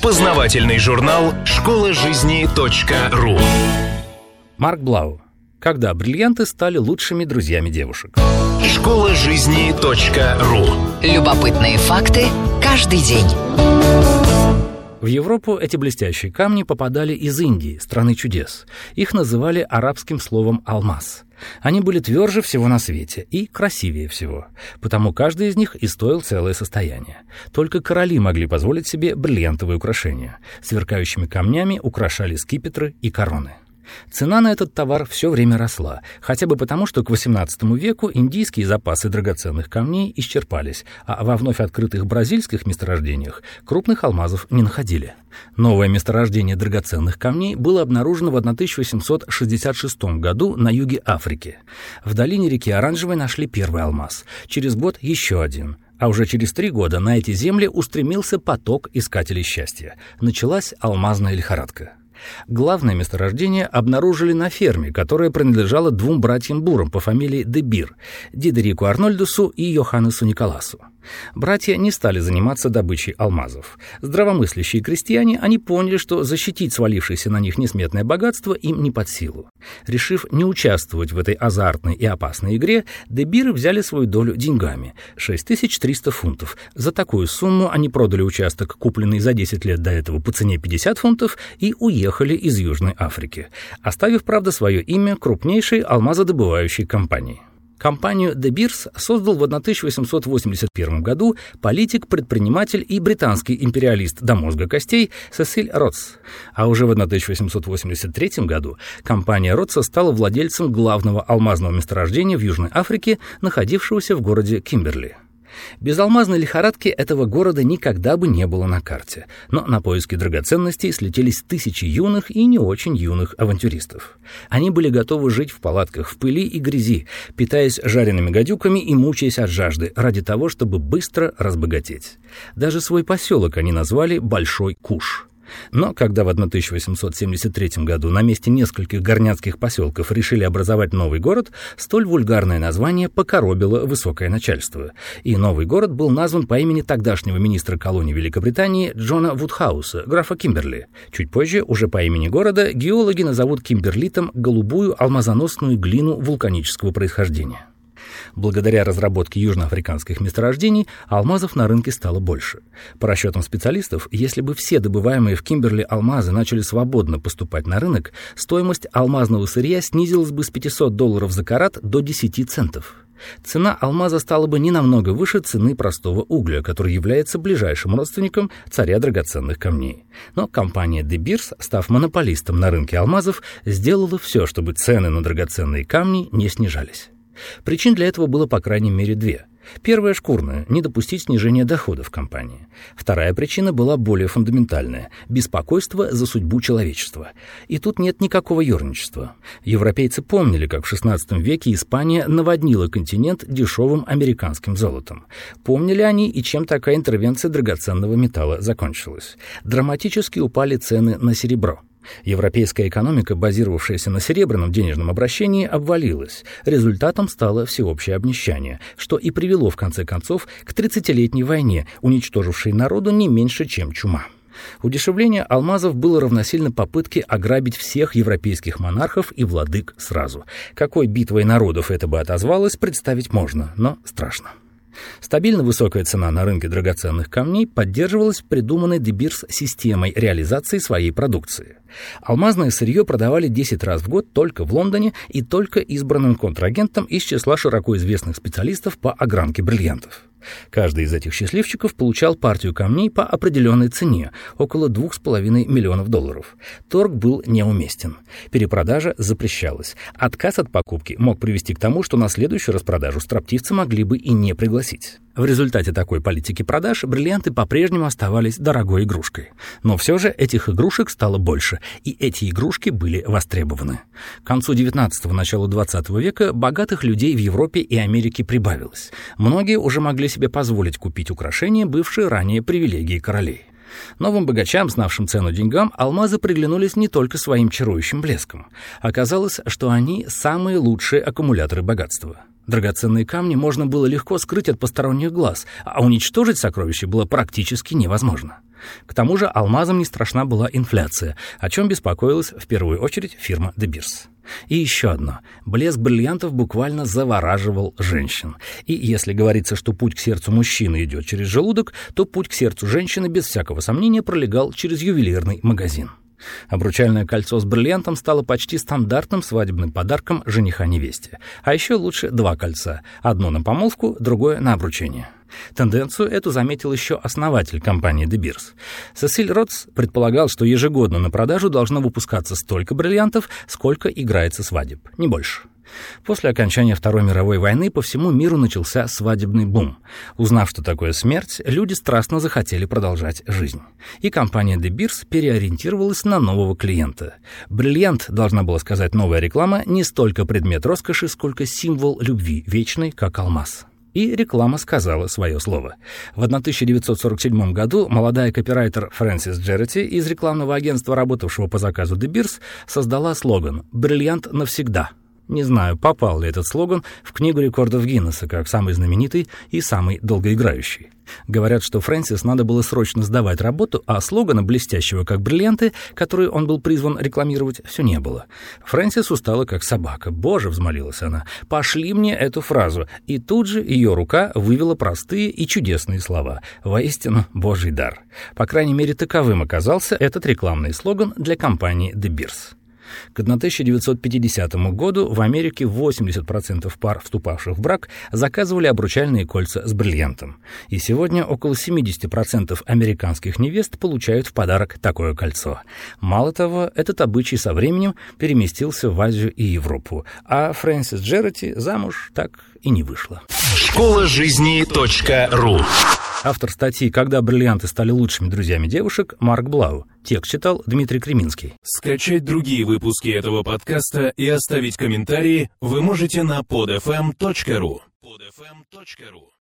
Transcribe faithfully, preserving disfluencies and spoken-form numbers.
Познавательный журнал школа жизни точка ру. Марк Блау. Когда бриллианты стали лучшими друзьями девушек. школа жизни точка ру. Любопытные факты каждый день. В Европу эти блестящие камни попадали из Индии, страны чудес. Их называли арабским словом «алмаз». Они были тверже всего на свете и красивее всего, потому каждый из них и стоил целое состояние. Только короли могли позволить себе бриллиантовые украшения. Сверкающими камнями украшали скипетры и короны. Цена на этот товар все время росла, хотя бы потому, что к восемнадцатому веку индийские запасы драгоценных камней исчерпались, а во вновь открытых бразильских месторождениях крупных алмазов не находили. Новое месторождение драгоценных камней было обнаружено в тысяча восемьсот шестьдесят шестом году на юге Африки. В долине реки Оранжевой нашли первый алмаз, через год еще один. А уже через три года на эти земли устремился поток искателей счастья. Началась алмазная лихорадка. Главное месторождение обнаружили на ферме, которая принадлежала двум братьям-бурам по фамилии де Бир, Дидерику Арнольдусу и Йоханнесу Николасу. Братья не стали заниматься добычей алмазов. Здравомыслящие крестьяне, они поняли, что защитить свалившееся на них несметное богатство им не под силу. Решив не участвовать в этой азартной и опасной игре, де Биры взяли свою долю деньгами – шесть тысяч триста фунтов. За такую сумму они продали участок, купленный за десять лет до этого по цене пятьдесят фунтов, и уехали из Южной Африки, оставив, правда, свое имя крупнейшей алмазодобывающей компании. Компанию De Beers создал в тысяча восемьсот восемьдесят первом году политик, предприниматель и британский империалист до мозга костей Сесиль Ротс. А уже в тысяча восемьсот восемьдесят третьем году компания Ротса стала владельцем главного алмазного месторождения в Южной Африке, находившегося в городе Кимберли. Без алмазной лихорадки этого города никогда бы не было на карте, но на поиски драгоценностей слетелись тысячи юных и не очень юных авантюристов. Они были готовы жить в палатках в пыли и грязи, питаясь жареными гадюками и мучаясь от жажды, ради того, чтобы быстро разбогатеть. Даже свой поселок они назвали «Большой Куш». Но когда в тысяча восемьсот семьдесят третьем году на месте нескольких горняцких поселков решили образовать новый город, столь вульгарное название покоробило высокое начальство. И новый город был назван по имени тогдашнего министра колонии Великобритании Джона Вудхауса, графа Кимберли. Чуть позже, уже по имени города, геологи назовут кимберлитом голубую алмазоносную глину вулканического происхождения. Благодаря разработке южноафриканских месторождений алмазов на рынке стало больше. По расчетам специалистов, если бы все добываемые в Кимберли алмазы начали свободно поступать на рынок, стоимость алмазного сырья снизилась бы с пятисот долларов за карат до десяти центов. Цена алмаза стала бы не намного выше цены простого угля, который является ближайшим родственником царя драгоценных камней. Но компания De Beers, став монополистом на рынке алмазов, сделала все, чтобы цены на драгоценные камни не снижались. Причин для этого было по крайней мере две. Первая — шкурная – не допустить снижения доходов компании. Вторая причина была более фундаментальная – беспокойство за судьбу человечества. И тут нет никакого ерничества. Европейцы помнили, как в шестнадцатом веке Испания наводнила континент дешевым американским золотом. Помнили они и чем такая интервенция драгоценного металла закончилась. Драматически упали цены на серебро. Европейская экономика, базировавшаяся на серебряном денежном обращении, обвалилась. Результатом стало всеобщее обнищание, что и привело, в конце концов, к тридцатилетней войне, уничтожившей народу не меньше, чем чума. Удешевление алмазов было равносильно попытке ограбить всех европейских монархов и владык сразу. Какой битвой народов это бы отозвалось, представить можно, но страшно. Стабильно высокая цена на рынке драгоценных камней поддерживалась придуманной De Beers системой реализации своей продукции. Алмазное сырье продавали десять раз в год только в Лондоне и только избранным контрагентам из числа широко известных специалистов по огранке бриллиантов. Каждый из этих счастливчиков получал партию камней по определенной цене, около двух с половиной миллионов долларов. Торг был неуместен. Перепродажа запрещалась. Отказ от покупки мог привести к тому, что на следующую распродажу строптивцы могли бы и не пригласить. В результате такой политики продаж бриллианты по-прежнему оставались дорогой игрушкой. Но все же этих игрушек стало больше, и эти игрушки были востребованы. К концу девятнадцатого – началу двадцатого века богатых людей в Европе и Америке прибавилось. Многие уже могли себе позволить купить украшения, бывшие ранее привилегией королей. Новым богачам, знавшим цену деньгам, алмазы приглянулись не только своим чарующим блеском. Оказалось, что они самые лучшие аккумуляторы богатства. Драгоценные камни можно было легко скрыть от посторонних глаз, а уничтожить сокровища было практически невозможно. К тому же алмазам не страшна была инфляция, о чем беспокоилась в первую очередь фирма De Beers. И еще одно. Блеск бриллиантов буквально завораживал женщин. И если говорится, что путь к сердцу мужчины идет через желудок, то путь к сердцу женщины без всякого сомнения пролегал через ювелирный магазин. Обручальное кольцо с бриллиантом стало почти стандартным свадебным подарком жениха-невесте. А еще лучше два кольца. Одно на помолвку, другое на обручение. Тенденцию эту заметил еще основатель компании De Beers. Сесиль Ротс предполагал, что ежегодно на продажу должно выпускаться столько бриллиантов, сколько играется свадеб, не больше. После окончания Второй мировой войны по всему миру начался свадебный бум. Узнав, что такое смерть, люди страстно захотели продолжать жизнь. И компания De Beers переориентировалась на нового клиента. Бриллиант, должна была сказать новая реклама, не столько предмет роскоши, сколько символ любви, вечный, как алмаз. И реклама сказала свое слово. В тысяча девятьсот сорок седьмом году молодая копирайтер Фрэнсис Джеррити из рекламного агентства, работавшего по заказу De Beers, создала слоган «Бриллиант навсегда». Не знаю, попал ли этот слоган в книгу рекордов Гиннесса как самый знаменитый и самый долгоиграющий. Говорят, что Фрэнсис надо было срочно сдавать работу, а слогана, блестящего как бриллианты, который он был призван рекламировать, все не было. Фрэнсис устала как собака. «Боже», — взмолилась она, — «пошли мне эту фразу». И тут же ее рука вывела простые и чудесные слова. Воистину, божий дар. По крайней мере, таковым оказался этот рекламный слоган для компании De Beers. К тысяча девятьсот пятидесятому году в Америке восемьдесят процентов пар, вступавших в брак, заказывали обручальные кольца с бриллиантом. И сегодня около семьдесят процентов американских невест получают в подарок такое кольцо. Мало того, этот обычай со временем переместился в Азию и Европу, а Фрэнсис Джеррити замуж так и не вышла. школа жизни точка ру. Автор статьи «Когда бриллианты стали лучшими друзьями девушек» Марк Блау. Текст читал Дмитрий Креминский. Скачать другие выпуски этого подкаста и оставить комментарии вы можете на под эф эм точка ру. под эф эм точка ру